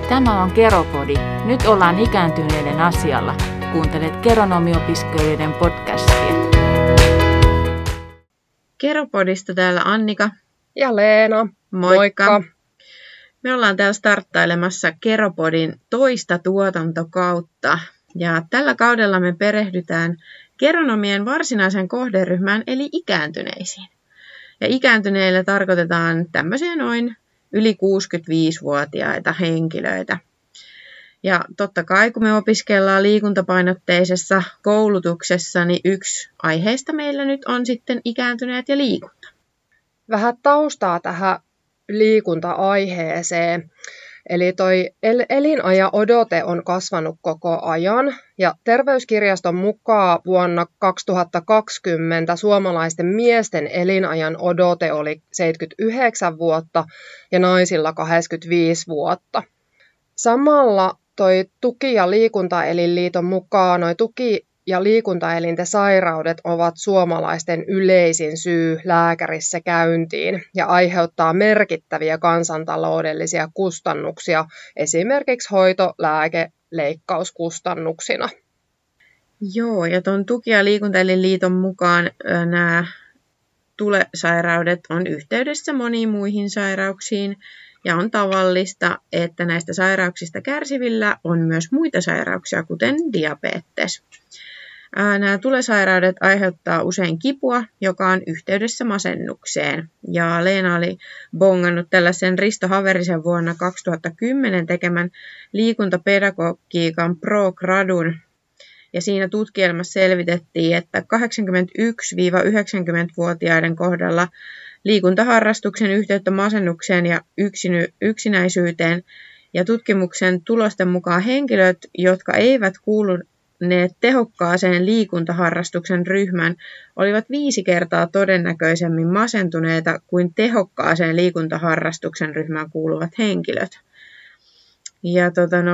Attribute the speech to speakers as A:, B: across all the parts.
A: Tämä on Keropodi. Nyt ollaan ikääntyneiden asialla. Kuuntelet geronomiopiskelijoiden podcastia. Keropodista täällä Annika.
B: Ja Leena.
A: Moikka. Me ollaan täällä starttailemassa Keropodin toista tuotantokautta. Ja tällä kaudella me perehdytään geronomien varsinaisen kohderyhmään eli ikääntyneisiin. Ja ikääntyneillä tarkoitetaan tämmöisiä noin yli 65-vuotiaita henkilöitä. Ja totta kai, kun me opiskellaan liikuntapainotteisessa koulutuksessa, niin yksi aiheista meillä nyt on sitten ikääntyneet ja liikunta.
B: Vähän taustaa tähän liikunta-aiheeseen. Eli toi elinajan odote on kasvanut koko ajan, ja Terveyskirjaston mukaan vuonna 2020 suomalaisten miesten elinajan odote oli 79 vuotta ja naisilla 85 vuotta. Samalla toi Tuki- ja liikuntaelinliiton mukaan noi tuki- ja liikuntaelinten sairaudet ovat suomalaisten yleisin syy lääkärissä käyntiin ja aiheuttaa merkittäviä kansantaloudellisia kustannuksia, esimerkiksi hoito-, lääke-, leikkauskustannuksina.
A: Joo, ja tuon Tuki- ja liikuntaelinliiton mukaan nämä tulesairaudet on yhteydessä moniin muihin sairauksiin, ja on tavallista, että näistä sairauksista kärsivillä on myös muita sairauksia, kuten diabetes. Nämä tulesairaudet aiheuttaa usein kipua, joka on yhteydessä masennukseen. Ja Leena oli bongannut tällaisen Risto Haverisen vuonna 2010 tekemän liikuntapedagogiikan pro-gradun. Ja siinä tutkielmassa selvitettiin, että 81-90-vuotiaiden kohdalla liikuntaharrastuksen yhteyttä masennukseen ja yksinäisyyteen. Ja tutkimuksen tulosten mukaan henkilöt, jotka eivät kuuluneet tehokkaaseen liikuntaharrastuksen ryhmään, olivat 5 kertaa todennäköisemmin masentuneita kuin tehokkaaseen liikuntaharrastuksen ryhmään kuuluvat henkilöt. Ja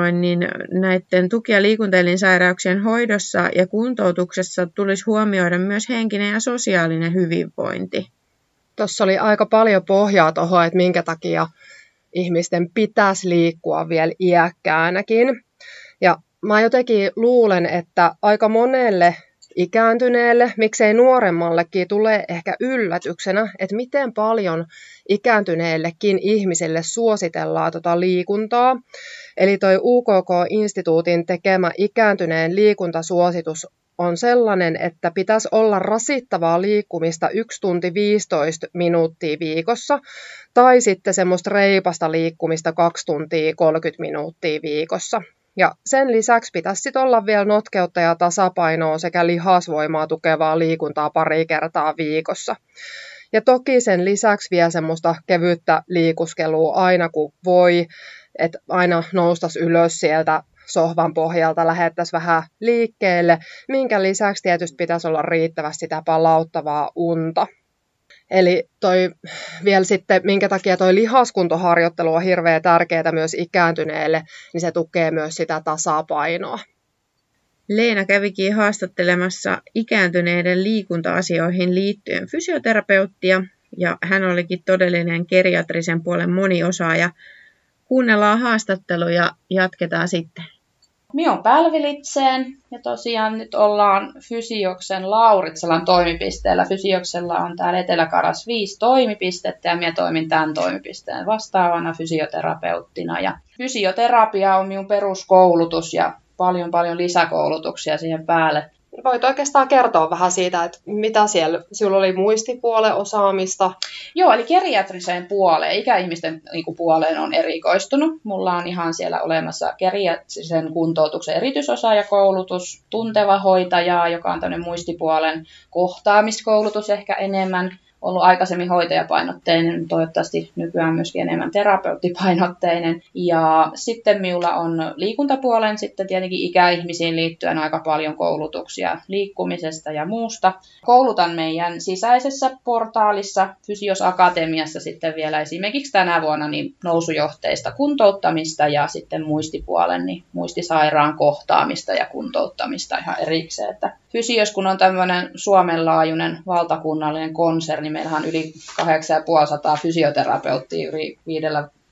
A: näiden tuki- ja liikuntaelinsairauksien hoidossa ja kuntoutuksessa tulisi huomioida myös henkinen ja sosiaalinen hyvinvointi.
B: Tuossa oli aika paljon pohjaa tuohon, että minkä takia ihmisten pitäisi liikkua vielä iäkkäänäkin. Ja mä jotenkin luulen, että aika monelle ikääntyneelle, miksei nuoremmallekin, tulee ehkä yllätyksenä, että miten paljon ikääntyneellekin ihmiselle suositellaan liikuntaa. Eli toi UKK-instituutin tekemä ikääntyneen liikuntasuositus on sellainen, että pitäisi olla rasittavaa liikkumista 1 tunti 15 minuuttia viikossa, tai sitten semmoista reipasta liikkumista 2 tuntia 30 minuuttia viikossa. Ja sen lisäksi pitäisi sitten olla vielä notkeutta ja tasapainoa sekä lihasvoimaa tukevaa liikuntaa 2 kertaa viikossa. Ja toki sen lisäksi vielä semmoista kevyttä liikuskelua aina kun voi, että aina noustaisi ylös sieltä sohvan pohjalta, lähettäisiin vähän liikkeelle, minkä lisäksi tietysti pitäisi olla riittävästi sitä palauttavaa unta. Eli vielä sitten, minkä takia toi lihaskuntoharjoittelu on hirveän tärkeää myös ikääntyneelle, niin se tukee myös sitä tasapainoa.
A: Leena kävikin haastattelemassa ikääntyneiden liikunta-asioihin liittyen fysioterapeuttia, ja hän olikin todellinen geriatrisen puolen moniosaaja. Kuunnellaan haastattelu ja jatketaan sitten.
C: Minä olen Pälvilitseen ja tosiaan nyt ollaan Fysioksen Lauritsalan toimipisteellä. Fysioksella on täällä Etelä-Karjalassa 5 toimipistettä ja minä toimin tämän toimipisteen vastaavana fysioterapeuttina. Ja fysioterapia on minun peruskoulutus ja paljon lisäkoulutuksia siihen päälle.
B: Voit oikeastaan kertoa vähän siitä, että mitä siellä, sinulla oli muistipuolen osaamista?
C: Joo, eli geriatriseen puoleen, ikäihmisten puoleen on erikoistunut. Mulla on ihan siellä olemassa geriatrisen kuntoutuksen erityisosaajakoulutus, tunteva hoitaja, joka on tämmöinen muistipuolen kohtaamiskoulutus ehkä enemmän. Ollut aikaisemmin hoitajapainotteinen, toivottavasti nykyään myöskin enemmän terapeuttipainotteinen. Ja sitten minulla on liikuntapuolen sitten tietenkin ikäihmisiin liittyen aika paljon koulutuksia liikkumisesta ja muusta. Koulutan meidän sisäisessä portaalissa Fysios Akatemiassa sitten vielä esimerkiksi tänä vuonna niin nousujohteista kuntouttamista ja sitten muistipuolen niin muistisairaan kohtaamista ja kuntouttamista ihan erikseen. Että Fysios, kun on tämmöinen Suomen laajuinen valtakunnallinen konserni, meillähän on yli 8500 fysioterapeuttia yli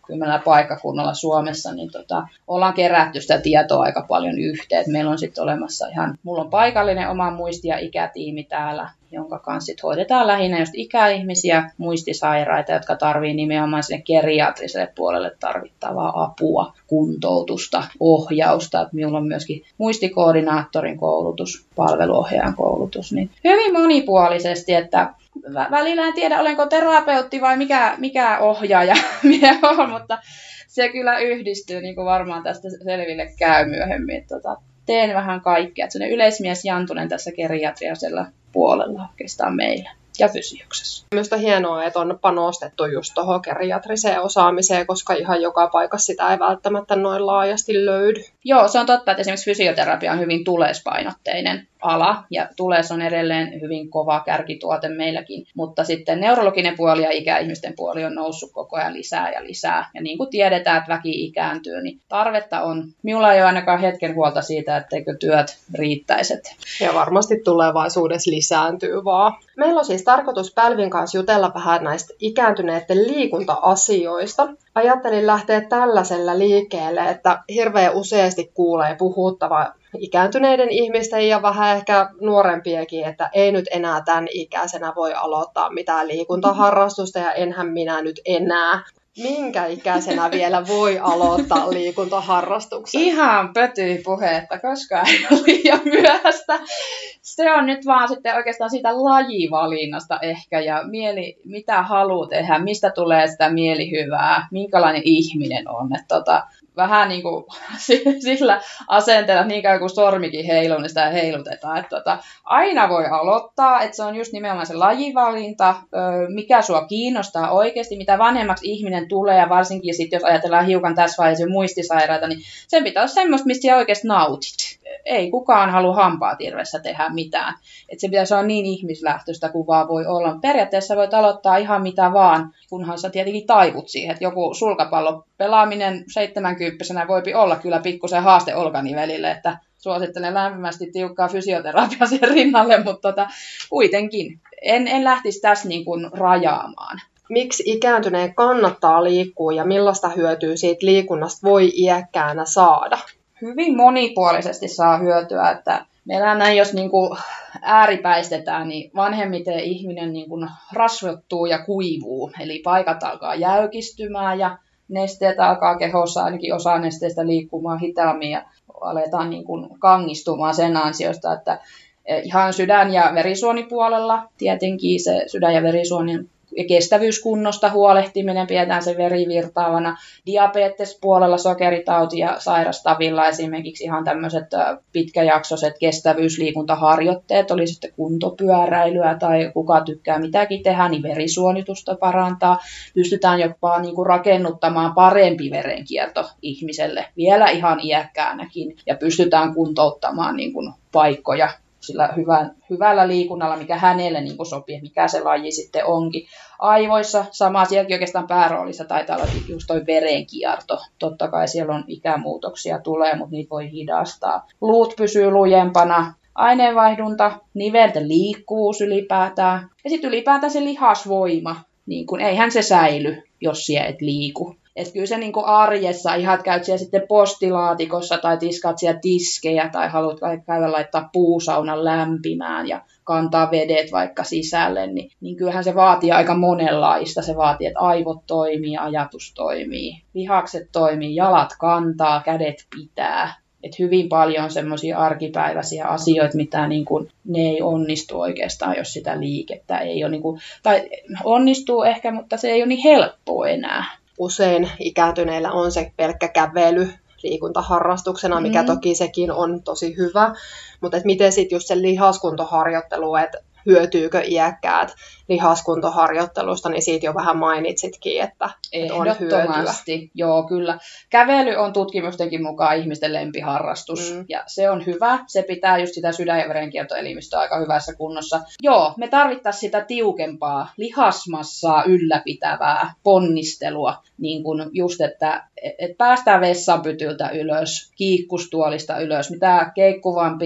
C: 10 paikkakunnalla Suomessa, niin ollaan kerätty sitä tietoa aika paljon yhteen. Meillä on sitten olemassa mulla on paikallinen oma muisti- ja ikätiimi täällä, jonka kanssa sit hoidetaan lähinnä just ikäihmisiä, muistisairaita, jotka tarvitsevat nimenomaan sinne geriatriselle puolelle tarvittavaa apua, kuntoutusta, ohjausta. Et minulla on myöskin muistikoordinaattorin koulutus, palveluohjaajan koulutus, niin hyvin monipuolisesti, että välillä en tiedä, olenko terapeutti vai mikä ohjaaja minä olen, mutta se kyllä yhdistyy, niin kuin varmaan tästä selville käy myöhemmin. Teen vähän kaikkea. Se on yleismies Jantunen tässä geriatriasella puolella oikeastaan meillä ja fysioksessa.
B: Minusta hienoa, että on panostettu just tuohon geriatriseen osaamiseen, koska ihan joka paikassa sitä ei välttämättä noin laajasti löydy.
C: Joo, se on totta, että esimerkiksi fysioterapia on hyvin tulespainotteinen ala, ja tules on edelleen hyvin kova kärkituote meilläkin, mutta sitten neurologinen puoli ja ikäihmisten puoli on noussut koko ajan lisää ja lisää, ja niin kuin tiedetään, että väki ikääntyy, niin tarvetta on. Minulla ei ole ainakaan hetken huolta siitä, etteikö työt riittäisi.
B: Ja varmasti tulevaisuudessa lisääntyy vaan. Meillä on siis tarkoitus Pälvin kanssa jutella vähän näistä ikääntyneiden liikunta-asioista. Ajattelin lähteä tällaisella liikkeelle, että hirveän useasti kuulee puhuttava ikääntyneiden ihmisten ja vähän ehkä nuorempiakin, että ei nyt enää tämän ikäisenä voi aloittaa mitään liikuntaharrastusta ja enhän minä nyt enää. Minkä ikäisenä vielä voi aloittaa liikuntaharrastuksen?
C: Ihan pötyi puhetta, koska ei ole liian myöhäistä. Se on nyt vaan sitten oikeastaan siitä lajivalinnasta ehkä ja mitä haluaa tehdä, mistä tulee sitä mielihyvää, minkälainen ihminen on. Vähän niin kuin sillä asenteella, niin kauan kuin sormikin heiluu, niin sitä heilutetaan. Että aina voi aloittaa, että se on just nimenomaan se lajivalinta, mikä sua kiinnostaa oikeasti, mitä vanhemmaksi ihminen tulee, ja varsinkin sitten, jos ajatellaan hiukan tässä vaiheessa muistisairaita, niin sen pitää olla semmoista, mistä sä oikeasti nautit. Ei kukaan halua hampaatirvessä tehdä mitään. Että se pitäisi olla niin ihmislähtöistä kuin vaan voi olla. Periaatteessa voit aloittaa ihan mitä vaan, kunhan sä tietenkin taivut siihen. Että joku sulkapallon pelaaminen 70-vuotiaana voipi olla kyllä pikkusen haaste olkanivelille, että suosittelen lämpimästi tiukkaa fysioterapiaa sen rinnalle, mutta kuitenkin en lähtisi tässä niin kuin rajaamaan.
B: Miksi ikääntyneen kannattaa liikkua ja millaista hyötyä siitä liikunnasta voi iäkkäänä saada?
C: Hyvin monipuolisesti saa hyötyä, että meillä näin, jos niin kuin ääripäistetään, niin vanhemmiten ihminen niin kuin rasvottuu ja kuivuu, eli paikat alkaa jäykistymään ja nesteet alkaa kehossa, ainakin osa nesteistä liikkumaan hitaammin ja aletaan niin kuin kangistumaan sen ansiosta, että ihan sydän- ja verisuonipuolella tietenkin se sydän- ja verisuonin kestävyyskunnosta huolehtiminen, pidetään se veri virtaavana. Diabetespuolella sokeritauti ja sairastavilla esimerkiksi ihan tämmöiset pitkäjaksoiset kestävyysliikuntaharjoitteet, oli sitten kuntopyöräilyä tai kuka tykkää mitäkin tehdä, niin verisuonitusta parantaa. Pystytään jopa niin kuin rakennuttamaan parempi verenkierto ihmiselle vielä ihan iäkkäänäkin ja pystytään kuntouttamaan niin kuin paikkoja sillä hyvällä liikunnalla, mikä hänelle niin kuin sopii, mikä se laji sitten onkin. Aivoissa sama, sielläkin oikeastaan pääroolissa taitaa olla just toi verenkierto. Totta kai siellä on ikämuutoksia tulee, mutta niitä voi hidastaa. Luut pysyy lujempana, aineenvaihdunta, nivelten liikkuvuus ylipäätään. Ja sitten ylipäätään se lihasvoima, niin kun, eihän se säily, jos siellä et liiku. Että kyllä se niin kuin arjessa ihan, että käyt siellä sitten postilaatikossa tai tiskaat siellä tiskejä tai haluat käydä laittaa puusaunan lämpimään ja kantaa vedet vaikka sisälle, niin kyllähän se vaatii aika monenlaista. Se vaatii, että aivot toimii, ajatus toimii, lihakset toimii, jalat kantaa, kädet pitää. Että hyvin paljon on semmoisia arkipäiväisiä asioita, mitä niin kuin, ne ei onnistu oikeastaan, jos sitä liikettä ei ole, niin kuin, tai onnistuu ehkä, mutta se ei ole niin helppoa enää.
B: Usein ikääntyneillä on se pelkkä kävely liikuntaharrastuksena, mikä toki sekin on tosi hyvä, mutta miten sitten just se lihaskuntoharjoittelu, että hyötyykö iäkkäät lihaskuntoharjoittelusta, niin siitä jo vähän mainitsitkin, että on hyötyä.
C: Ehdottomasti, joo kyllä. Kävely on tutkimustenkin mukaan ihmisten lempiharrastus, ja se on hyvä. Se pitää just sitä sydän- ja verenkiertoelimistöä aika hyvässä kunnossa. Joo, me tarvittaisiin sitä tiukempaa, lihasmassaa ylläpitävää ponnistelua, niin kuin just, että päästään vessanpytyltä ylös, kiikkustuolista ylös, mitä keikkuvampi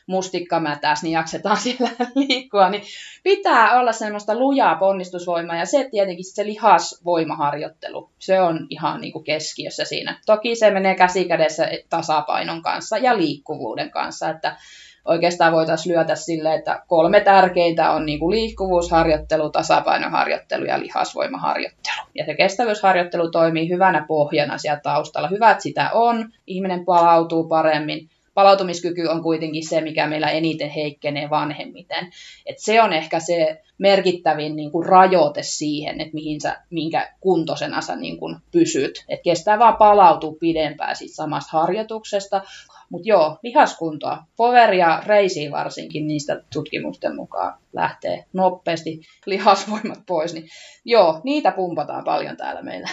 C: mustikkamätäs, niin jaksetaan siellä liikkua, niin pitää olla semmoista lujaa ponnistusvoimaa, ja se tietenkin se lihasvoimaharjoittelu, se on ihan niin kuin keskiössä siinä. Toki se menee käsikädessä tasapainon kanssa ja liikkuvuuden kanssa, että oikeastaan voitaisiin lyödä silleen, että 3 tärkeintä on niin kuin liikkuvuusharjoittelu, tasapainoharjoittelu ja lihasvoimaharjoittelu. Ja se kestävyysharjoittelu toimii hyvänä pohjana siellä taustalla. Hyvä, että sitä on. Ihminen palautuu paremmin. Palautumiskyky on kuitenkin se, mikä meillä eniten heikkenee vanhemmiten. Et se on ehkä se merkittävin niin kuin rajoite siihen, että minkä kuntoisena sä niin kuin pysyt. Et kestää vaan palautua pidempään siitä samasta harjoituksesta. Mutta joo, lihaskuntoa, power ja reisiin varsinkin niistä tutkimusten mukaan lähtee nopeasti lihasvoimat pois. Niin joo, niitä pumpataan paljon täällä meillä.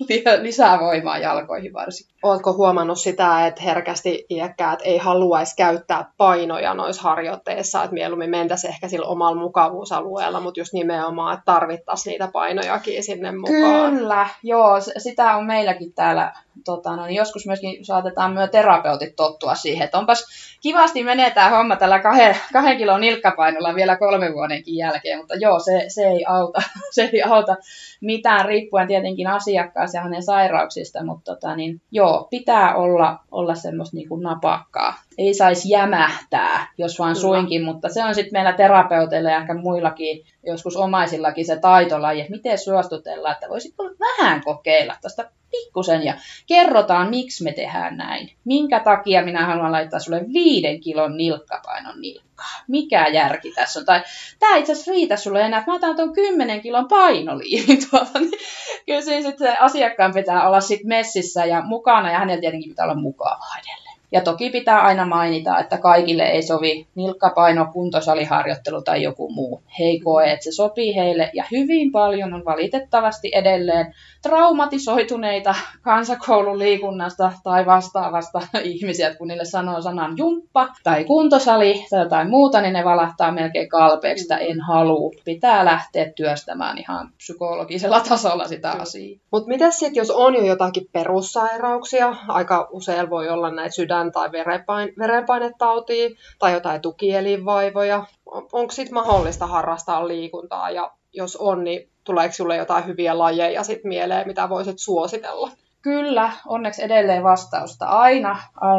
C: Lisää voimaa jalkoihin varsinkin.
B: Oletko huomannut sitä, että herkästi iäkkäät ei haluaisi käyttää painoja noissa harjoitteissa, että mieluummin mentäisiin ehkä sillä omalla mukavuusalueella, mutta just nimenomaan, että tarvittaisiin niitä painojakin sinne mukaan?
C: Kyllä, joo, sitä on meilläkin täällä. Niin joskus myöskin saatetaan myös terapeutit tottua siihen, että onpas kivasti menee tämä homma tällä 2 kilon nilkkapainolla vielä 3 vuodenkin jälkeen, mutta joo, se ei auta, se ei auta mitään riippuen tietenkin asiakkaasta ja hänen sairauksista, mutta joo, pitää olla semmoista niin kuin napakkaa. Ei saisi jämähtää, jos vaan suinkin, mutta se on sitten meillä terapeuteilla ja ehkä muillakin, joskus omaisillakin se taitolaji, että miten suostutellaan, että voisitko vähän kokeilla tuosta pikkusen ja kerrotaan, miksi me tehdään näin. Minkä takia minä haluan laittaa sulle 5 kilon nilkkapainon nilkkaan. Mikä järki tässä on? Tai tämä itse asiassa riitä sulle enää, että mä otan tuon 10 kilon painoliivin tuolta. Niin kyllä siinä sitten asiakkaan pitää olla sit messissä ja mukana ja hänellä tietenkin pitää olla mukavaa edelleen. Ja toki pitää aina mainita, että kaikille ei sovi nilkkapaino, kuntosaliharjoittelu tai joku muu. He ei koe, että se sopii heille. Ja hyvin paljon on valitettavasti edelleen traumatisoituneita kansakoulun liikunnasta tai vastaavasta ihmisiä, kun niille sanoo sanan jumppa tai kuntosali tai jotain muuta, niin ne valahtaa melkein kalpeeksi, että en halua. Pitää lähteä työstämään ihan psykologisella tasolla sitä asiaa.
B: Mutta miten sitten, jos on jo jotakin perussairauksia, aika usein voi olla näitä sydän- tai verenpainetautia tai jotain tukielinvaivoja, onko sitten mahdollista harrastaa liikuntaa ja jos on, niin tuleeko sinulle jotain hyviä lajeja sit mieleen, mitä voisit suositella?
C: Kyllä, onneksi edelleen vastausta. Aina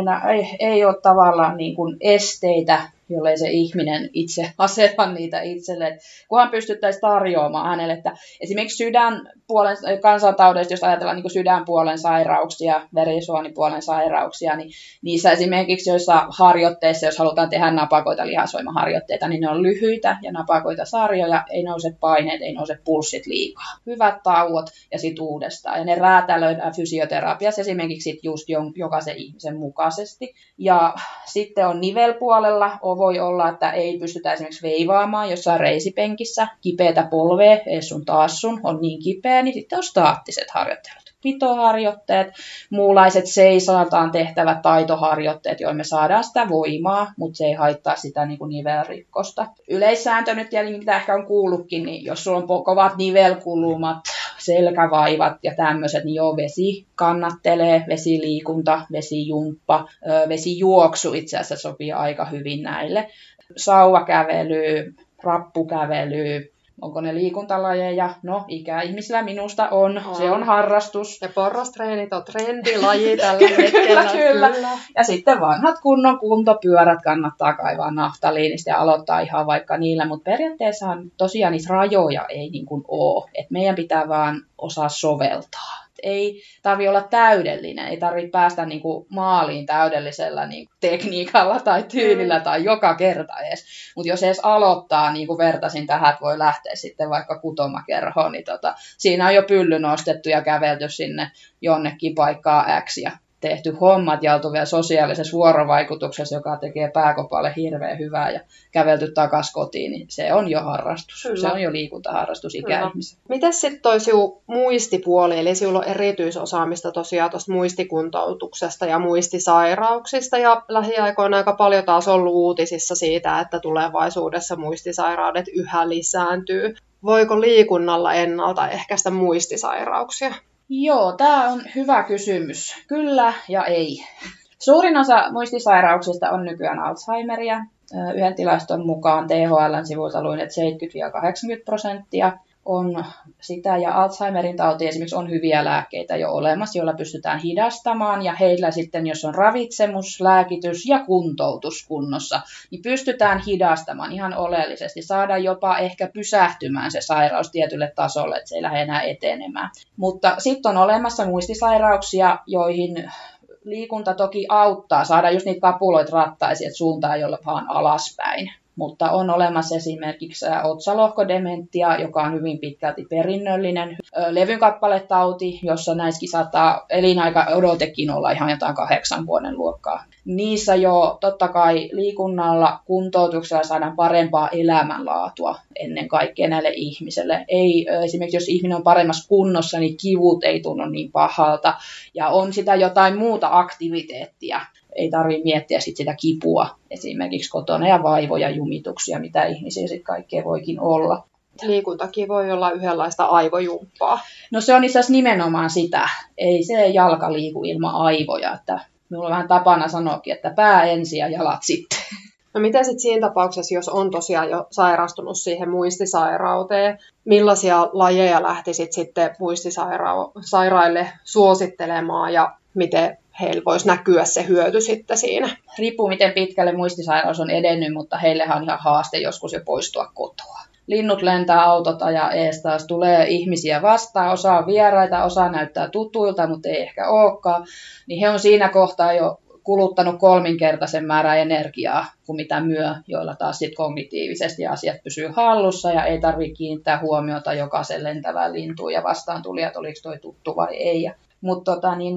C: ei ole tavallaan niin kuin esteitä, jollei se ihminen itse aseta niitä itselleen. Kunhan pystyttäisiin tarjoamaan hänelle, että esimerkiksi sydänpuolen kansantaudeista, jos ajatellaan niin kuin sydänpuolen sairauksia, verisuonipuolen sairauksia, niin niissä esimerkiksi joissa harjoitteissa, jos halutaan tehdä napakoita lihasvoimaharjoitteita, niin ne on lyhyitä ja napakoita sarjoja, ei nouse paineet, ei nouse pulssit liikaa. Hyvät tauot ja sitten uudestaan. Ja ne räätälöidään fysioterapiassa esimerkiksi just jokaisen ihmisen mukaisesti. Ja sitten on nivelpuolella, voi olla, että ei pystytä esimerkiksi veivaamaan jossain reisipenkissä, kipeätä polvea, ees sun taas sun, on niin kipeä, niin sitten on staattiset harjoittelut. Pitoharjoitteet, muunlaiset seisaltaan tehtävät taitoharjoitteet, joilla me saadaan sitä voimaa, mutta se ei haittaa sitä niin kuin nivelrikkosta. Yleissääntö nyt tietenkin, mitä ehkä on kuullutkin, niin jos sulla on kovat nivelkulumat, selkävaivat ja tämmöiset, niin joo, vesi kannattelee, vesiliikunta, vesijumppa, vesijuoksu itse asiassa sopii aika hyvin näille. Sauvakävely, rappukävely, onko ne liikuntalajeja? No, ikäihmisillä minusta on. Se on harrastus.
B: Ja porrastreenit on trendilaji tällä hetkellä.
C: Kyllä. Ja sitten vanhat kunnon kuntopyörät kannattaa kaivaa naftaliinista ja aloittaa ihan vaikka niillä. Mutta periaatteessa tosiaan niitä rajoja ei niin kuin ole. Et meidän pitää vaan osaa soveltaa. Ei tarvitse olla täydellinen, ei tarvitse päästä niin kuin maaliin täydellisellä niin kuin tekniikalla tai tyylillä tai joka kerta edes. Mutta jos edes aloittaa, niin kuin vertaisin tähän, että voi lähteä sitten vaikka kutomakerhoon, niin siinä on jo pylly nostettu ja kävelty sinne jonnekin paikkaa X ja tehty hommat ja oltu vielä sosiaalisessa vuorovaikutuksessa, joka tekee pääkopalle hirveän hyvää ja kävelty takaisin kotiin, niin se on jo harrastus. Kyllä. Se on jo liikuntaharrastus ikäihmisellä.
B: Miten sitten toi muistipuoli, eli sinulla on erityisosaamista tosiaan tuosta muistikuntoutuksesta ja muistisairauksista, ja lähiaikoina aika paljon taas ollut uutisissa siitä, että tulevaisuudessa muistisairaudet yhä lisääntyy. Voiko liikunnalla ennaltaehkäistä muistisairauksia?
C: Joo, tämä on hyvä kysymys. Kyllä ja ei. Suurin osa muistisairauksista on nykyään Alzheimeria. Yhden tilaston mukaan THL:n sivuilta luin, että 70-80% on sitä, ja Alzheimerin tauti esimerkiksi on hyviä lääkkeitä jo olemassa, joilla pystytään hidastamaan, ja heillä sitten, jos on ravitsemus, lääkitys ja kuntoutus kunnossa, niin pystytään hidastamaan ihan oleellisesti, saada jopa ehkä pysähtymään se sairaus tietylle tasolle, että se ei lähde enää etenemään. Mutta sitten on olemassa muistisairauksia, joihin liikunta toki auttaa saada just niitä kapuloita rattaisiin, että suuntaa jolla vaan alaspäin. Mutta on olemassa esimerkiksi otsalohkodementia, joka on hyvin pitkälti perinnöllinen levynkappaletauti, jossa näissäkin saattaa elinaikaodotekin olla ihan jotain 8 vuoden luokkaa. Niissä jo totta kai liikunnalla, kuntoutuksella saadaan parempaa elämänlaatua ennen kaikkea näille ihmisille. Ei, esimerkiksi jos ihminen on paremmassa kunnossa, niin kivut ei tunnu niin pahalta ja on sitä jotain muuta aktiviteettia. Ei tarvitse miettiä sitä kipua esimerkiksi kotona ja vaivoja, jumituksia, mitä ihmisiä sitten kaikkea voikin olla.
B: Liikuntakin voi olla yhdenlaista aivojumppaa.
C: No se on itse asiassa nimenomaan sitä. Ei se jalka liiku ilman aivoja. Että minulla on vähän tapana sanoakin, että pää ensin ja jalat sitten.
B: No miten sitten siinä tapauksessa, jos on tosiaan jo sairastunut siihen muistisairauteen, millaisia lajeja lähtisit sitten muistisairaille suosittelemaan ja miten heillä voisi näkyä se hyöty sitten siinä?
C: Riippuu miten pitkälle muistisairaus on edennyt, mutta heillehän on ihan haaste joskus jo poistua kotoa. Linnut lentää, autot ajaa ees taas, tulee ihmisiä vastaan, osa on vieraita, osa näyttää tutuilta, mutta ei ehkä olekaan. Niin he on siinä kohtaa jo kuluttanut 3-kertaisen määrän energiaa kuin mitä myö, joilla taas sit kognitiivisesti asiat pysyy hallussa ja ei tarvitse kiinnittää huomiota jokaisen lentävään lintuun ja vastaan tulijat, oliko toi tuttu vai ei. Mutta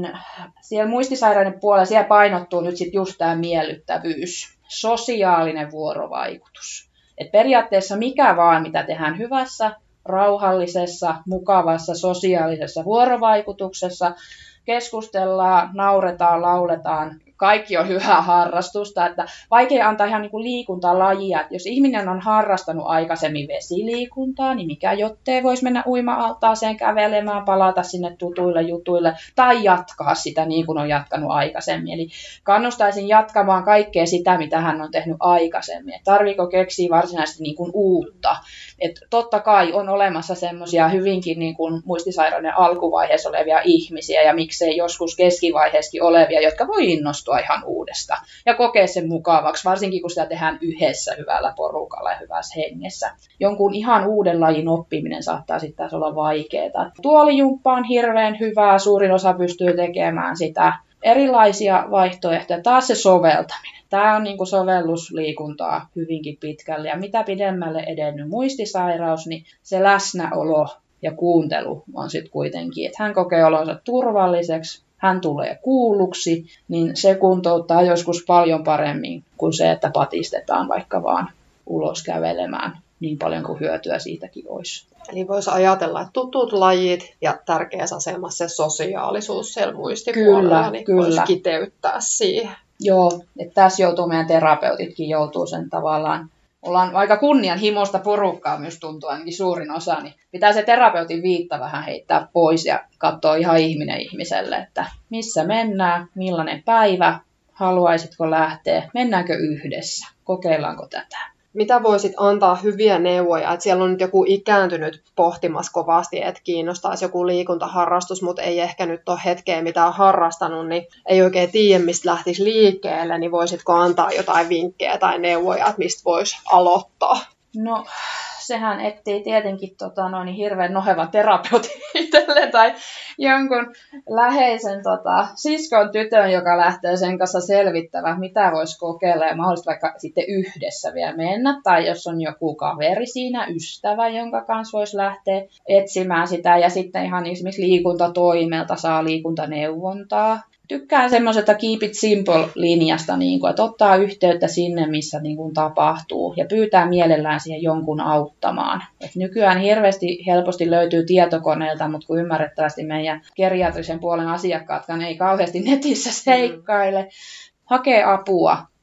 C: siellä muistisairaiden puolella siellä painottuu nyt sit just tämä miellyttävyys, sosiaalinen vuorovaikutus. Et periaatteessa mikä vaan, mitä tehdään hyvässä, rauhallisessa, mukavassa, sosiaalisessa vuorovaikutuksessa, keskustellaan, nauretaan, lauletaan, kaikki on hyvää harrastusta, että vaikea antaa ihan niin kuin liikuntalajia, että jos ihminen on harrastanut aikaisemmin vesiliikuntaa, niin mikä jottei voisi mennä uima-altaaseen kävelemään, palata sinne tutuille jutuille tai jatkaa sitä niin kuin on jatkanut aikaisemmin. Eli kannustaisin jatkamaan kaikkea sitä, mitä hän on tehnyt aikaisemmin. Tarviiko keksiä varsinaisesti niin kuin uutta? Että totta kai on olemassa semmoisia hyvinkin niin kuin muistisairauden alkuvaiheessa olevia ihmisiä ja miksei joskus keskivaiheessakin olevia, jotka voi innostua ihan uudesta ja kokea sen mukavaksi, varsinkin kun sitä tehdään yhdessä hyvällä porukalla ja hyvässä hengessä. Jonkun ihan uuden lajin oppiminen saattaa sitten olla vaikeaa. Tuolijumppa on hirveän hyvää, suurin osa pystyy tekemään sitä. Erilaisia vaihtoehtoja, taas se soveltaminen. Tämä on niin kuin sovellusliikuntaa hyvinkin pitkälle ja mitä pidemmälle edennyt muistisairaus, niin se läsnäolo ja kuuntelu on sitten kuitenkin, että hän kokee olonsa turvalliseksi, hän tulee kuulluksi, niin se kuntouttaa joskus paljon paremmin kuin se, että patistetaan vaikka vaan ulos kävelemään niin paljon kuin hyötyä siitäkin olisi.
B: Eli voisi ajatella, että tutut lajit ja tärkeässä asemassa se sosiaalisuus siellä muistipuolella, niin voisi kiteyttää siihen.
C: Joo, että tässä joutuu meidän terapeutitkin joutuu sen tavallaan. Ollaan aika kunnianhimoista porukkaa myös tuntuu ainakin suurin osa, niin pitää se terapeutin viitta vähän heittää pois ja katsoa ihan ihminen ihmiselle, että missä mennään, millainen päivä, haluaisitko lähteä, mennäänkö yhdessä, kokeillaanko tätä.
B: Mitä voisit antaa hyviä neuvoja, että siellä on nyt joku ikääntynyt pohtimassa kovasti, että kiinnostaisi joku liikuntaharrastus, mutta ei ehkä nyt ole hetkeä mitään harrastanut, niin ei oikein tiedä, mistä lähtisi liikkeelle, niin voisitko antaa jotain vinkkejä tai neuvoja, että mistä voisi aloittaa?
C: No, sehän etsii tietenkin hirveän nohevan terapeutin itselle tai jonkun läheisen siskon tytön, joka lähtee sen kanssa selvittämään, mitä voisi kokeilla ja mahdollisesti vaikka sitten yhdessä vielä mennä. Tai jos on joku kaveri siinä, ystävä, jonka kanssa voisi lähteä etsimään sitä ja sitten ihan esimerkiksi liikuntatoimelta saa liikuntaneuvontaa. Tykkään semmoisesta keep it simple-linjasta, että ottaa yhteyttä sinne, missä tapahtuu ja pyytää mielellään siihen jonkun auttamaan. Et nykyään hirveästi helposti löytyy tietokoneelta, mutta kun ymmärrettävästi meidän geriatrisen puolen asiakkaatkaan ei kauheasti netissä seikkaile, hakee apua.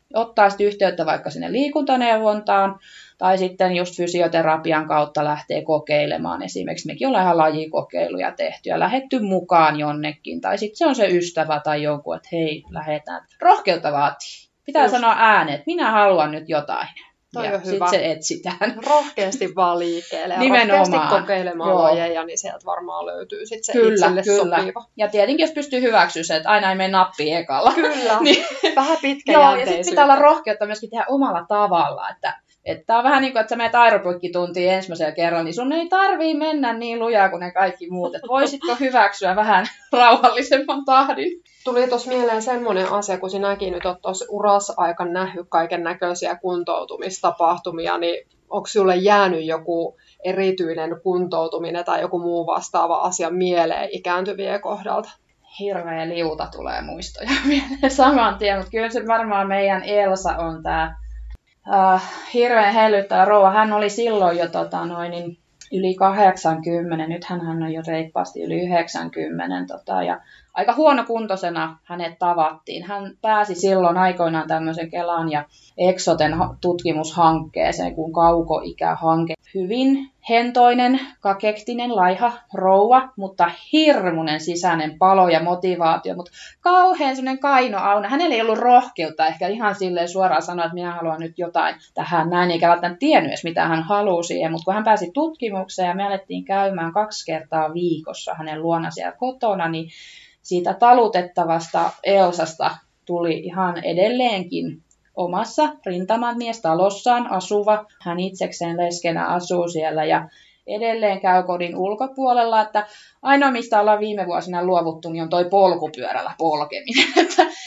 C: ottaa sitten yhteyttä vaikka sinne liikuntaneuvontaan, tai sitten just fysioterapian kautta lähtee kokeilemaan. Esimerkiksi mekin ollaan ihan lajikokeiluja tehty ja lähetty mukaan jonnekin. Tai sitten se on se ystävä tai joku, että hei, lähdetään. Rohkeutta vaatii. Pitää sanoa ääneen, että minä haluan nyt jotain.
B: Toi
C: ja
B: on hyvä.
C: Sitten se etsitään.
B: Rohkeasti vaan liikkeelle ja
C: Nimenomaan.
B: rohkeasti kokeilemaan lajeja, niin sieltä varmaan löytyy sit se
C: Kyllä.
B: sopiva.
C: Ja tietenkin, jos pystyy hyväksyä se, että aina ei mene nappiin ekalla.
B: Kyllä,
C: niin,
B: vähän pitkäjänteisyyttä.
C: ja sitten pitää olla rohkeutta myöskin tehdä omalla tavalla, että on vähän niin kuin, että sä menet aerobiikkituntiin ensimmäisen kerran, niin sun ei tarvii mennä niin lujaa kuin ne kaikki muut. Että voisitko hyväksyä vähän rauhallisemman tahdin?
B: Tuli tuossa mieleen semmoinen asia, kun sinäkin nyt olet tuossa urassa aikana nähnyt kaiken näköisiä kuntoutumistapahtumia, niin onko sinulle jäänyt joku erityinen kuntoutuminen tai joku muu vastaava asia mieleen ikääntyvien kohdalta?
C: Hirveä liuta tulee muistoja mieleen saman tien, mutta kyllä se varmaan meidän Elsa on tämä hirveän hellyttävä rouva. Hän oli silloin jo yli 80, nyt hän on jo reippaasti yli 90 ja aika huonokuntoisena hänet tavattiin. Hän pääsi silloin aikoinaan tämmöisen Kelan ja Exoten tutkimushankkeeseen kuin kaukoikähanke. Hyvin hentoinen, kakektinen, laiha rouva, mutta hirmuinen sisäinen palo ja motivaatio, mutta kauhean semmoinen kaino auna. Hänellä ei ollut rohkeutta ehkä ihan silleen suoraan sanoa, että minä haluan nyt jotain tähän näin, eikä välttämättä tiennyt edes mitä hän haluaa siihen, mutta kun hän pääsi tutkimukseen ja me alettiin käymään 2 kertaa viikossa hänen luona siellä kotona, niin siitä talutettavasta Elsasta tuli ihan edelleenkin omassa rintamamiestalossaan asuva. Hän itsekseen leskenä asuu siellä ja edelleen käy kodin ulkopuolella, että ainoa mistä ollaan viime vuosina luovuttu, niin on toi polkupyörällä polkeminen.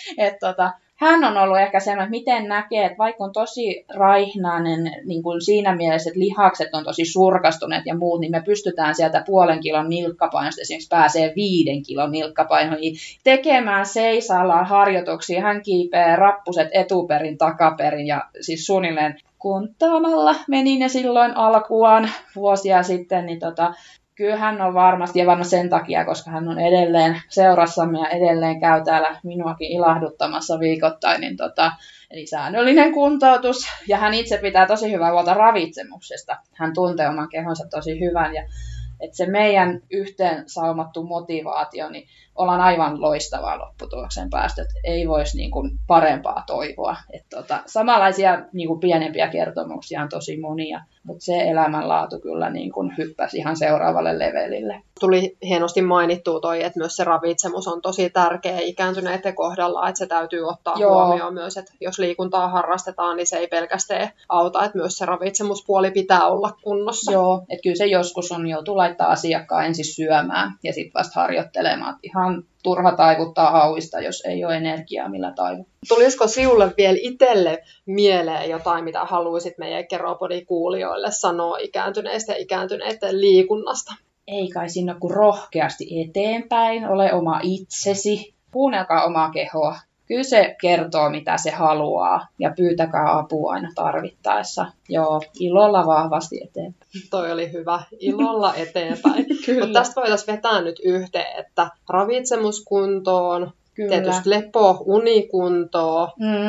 C: Hän on ollut ehkä semmoinen, että miten näkee, että vaikka on tosi raihnainen niin kuin siinä mielessä, että lihakset on tosi surkastuneet ja muut, niin me pystytään sieltä 0,5 kilon nilkkapainosta esimerkiksi pääsee 5 kilon nilkkapainoihin tekemään seisallaan harjoituksia. Hän kiipee rappuset etuperin, takaperin ja siis suunnilleen kuntaamalla meni ne silloin alkuaan vuosia sitten, niin kyllä hän on varmasti, ja varmaan sen takia, koska hän on edelleen seurassamme ja edelleen käy täällä minuakin ilahduttamassa viikoittain, niin eli säännöllinen kuntoutus, ja hän itse pitää tosi hyvää huolta ravitsemuksesta. Hän tuntee oman kehonsa tosi hyvän, ja että se meidän yhteen saumattu motivaatio, niin ollaan aivan loistavaa lopputulokseen päästy, että ei voisi niin kuin parempaa toivoa. Samanlaisia niin kuin pienempiä kertomuksia on tosi monia, mutta se elämänlaatu kyllä niin kuin hyppäsi ihan seuraavalle levelille.
B: Tuli hienosti mainittua toi, että myös se ravitsemus on tosi tärkeä ikääntyneiden kohdalla, että se täytyy ottaa huomioon myös, että jos liikuntaa harrastetaan, niin se ei pelkästään auta, että myös se ravitsemuspuoli pitää olla kunnossa.
C: Joo, että kyllä se joskus on joutu laittaa asiakkaan ensin syömään ja sitten vasta harjoittelemaan. Ihan turha taivuttaa hauista, jos ei ole energiaa, millä taivu.
B: Tulisiko sinulle vielä itselle mieleen jotain, mitä haluaisit meidän Keropodin kuulijoille sanoa ikääntyneistä ja ikääntyneiden liikunnasta?
C: Ei kai sinne kuin rohkeasti eteenpäin, ole oma itsesi, kuunnelkaa omaa kehoa. Kyllä se kertoo, mitä se haluaa, ja pyytäkää apua aina tarvittaessa. Joo, ilolla vahvasti eteenpäin.
B: Toi oli hyvä, ilolla eteenpäin. Mutta tästä voitaisiin vetää nyt yhteen, että ravitsemuskuntoon, tietysti lepo, unikuntoa,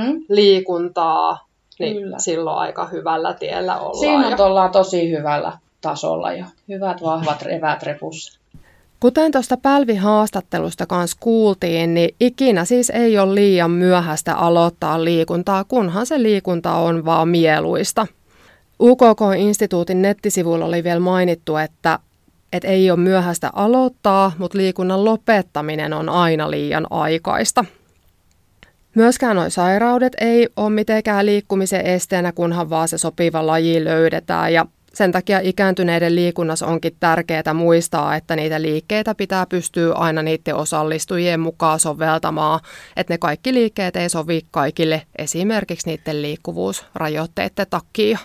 B: liikuntaa, niin silloin aika hyvällä tiellä ollaan.
C: Siinä ollaan tosi hyvällä tasolla jo. Hyvät, vahvat revät repussa.
B: Kuten tuosta pälvihaastattelusta kanssa kuultiin, niin ikinä siis ei ole liian myöhäistä aloittaa liikuntaa, kunhan se liikunta on vaan mieluista. UKK-instituutin nettisivuilla oli vielä mainittu, että ei ole myöhäistä aloittaa, mutta liikunnan lopettaminen on aina liian aikaista. Myöskään nuo sairaudet ei ole mitenkään liikkumisen esteenä, kunhan vaan se sopiva laji löydetään ja sen takia ikääntyneiden liikunnassa onkin tärkeää muistaa, että niitä liikkeitä pitää pystyä aina niiden osallistujien mukaan soveltamaan, että ne kaikki liikkeet ei sovi kaikille, esimerkiksi niiden liikkuvuusrajoitteiden takia.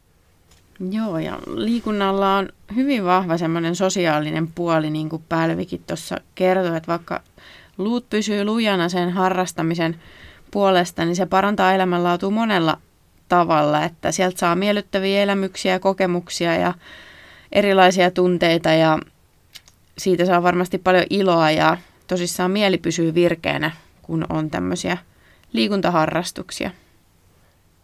D: Joo, ja liikunnalla on hyvin vahva semmoinen sosiaalinen puoli, niin kuin Pälvikin tuossa kertoi, että vaikka luut pysyy lujana sen harrastamisen puolesta, niin se parantaa elämänlaatua monella tavalla, että sieltä saa miellyttäviä elämyksiä ja kokemuksia ja erilaisia tunteita ja siitä saa varmasti paljon iloa ja tosissaan mieli pysyy virkeänä, kun on tämmöisiä liikuntaharrastuksia.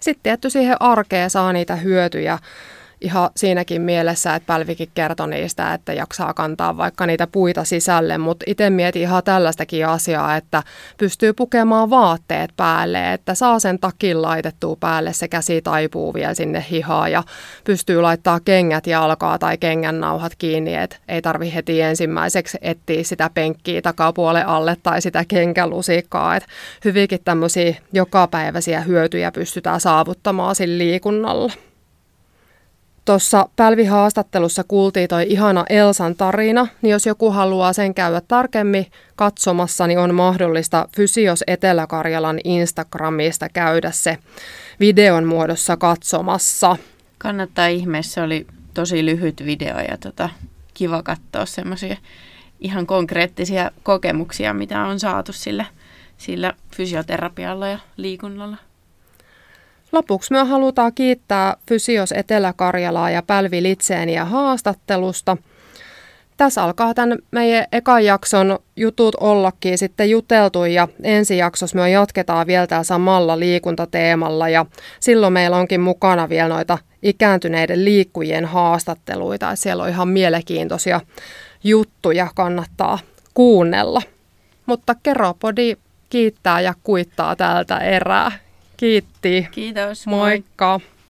B: Sitten tietty siihen arkeen saa niitä hyötyjä ihan siinäkin mielessä, että Pälvikin kertoi niistä, että jaksaa kantaa vaikka niitä puita sisälle, mutta itse mietin ihan tällaistakin asiaa, että pystyy pukemaan vaatteet päälle, että saa sen takin laitettua päälle, se käsi taipuu vielä sinne hihaan ja pystyy laittaa kengät jalkaa tai kengännauhat kiinni, että ei tarvi heti ensimmäiseksi etsiä sitä penkkiä takapuolen alle tai sitä kenkälusikkaa, että hyvinkin tämmöisiä jokapäiväisiä hyötyjä pystytään saavuttamaan sillä liikunnalla. Tuossa Pälvi-haastattelussa kuultiin toi ihana Elsan tarina, niin jos joku haluaa sen käydä tarkemmin katsomassa, niin on mahdollista Fysios Etelä-Karjalan Instagramista käydä se videon muodossa katsomassa.
D: Kannattaa ihmeessä, se oli tosi lyhyt video ja kiva katsoa semmoisia ihan konkreettisia kokemuksia, mitä on saatu sillä fysioterapialla ja liikunnalla.
B: Lopuksi me halutaan kiittää Fysios Etelä-Karjalaa ja Pälvi Litseeniä haastattelusta. Tässä alkaa tämän meidän ekan jakson jutut ollakin sitten juteltu ja ensi jaksossa me jatketaan vielä täällä samalla liikuntateemalla ja silloin meillä onkin mukana vielä noita ikääntyneiden liikkujien haastatteluita. Siellä on ihan mielenkiintoisia juttuja, kannattaa kuunnella. Mutta Keropodi kiittää ja kuittaa tältä erää. Kiitti.
D: Kiitos.
B: Moikka.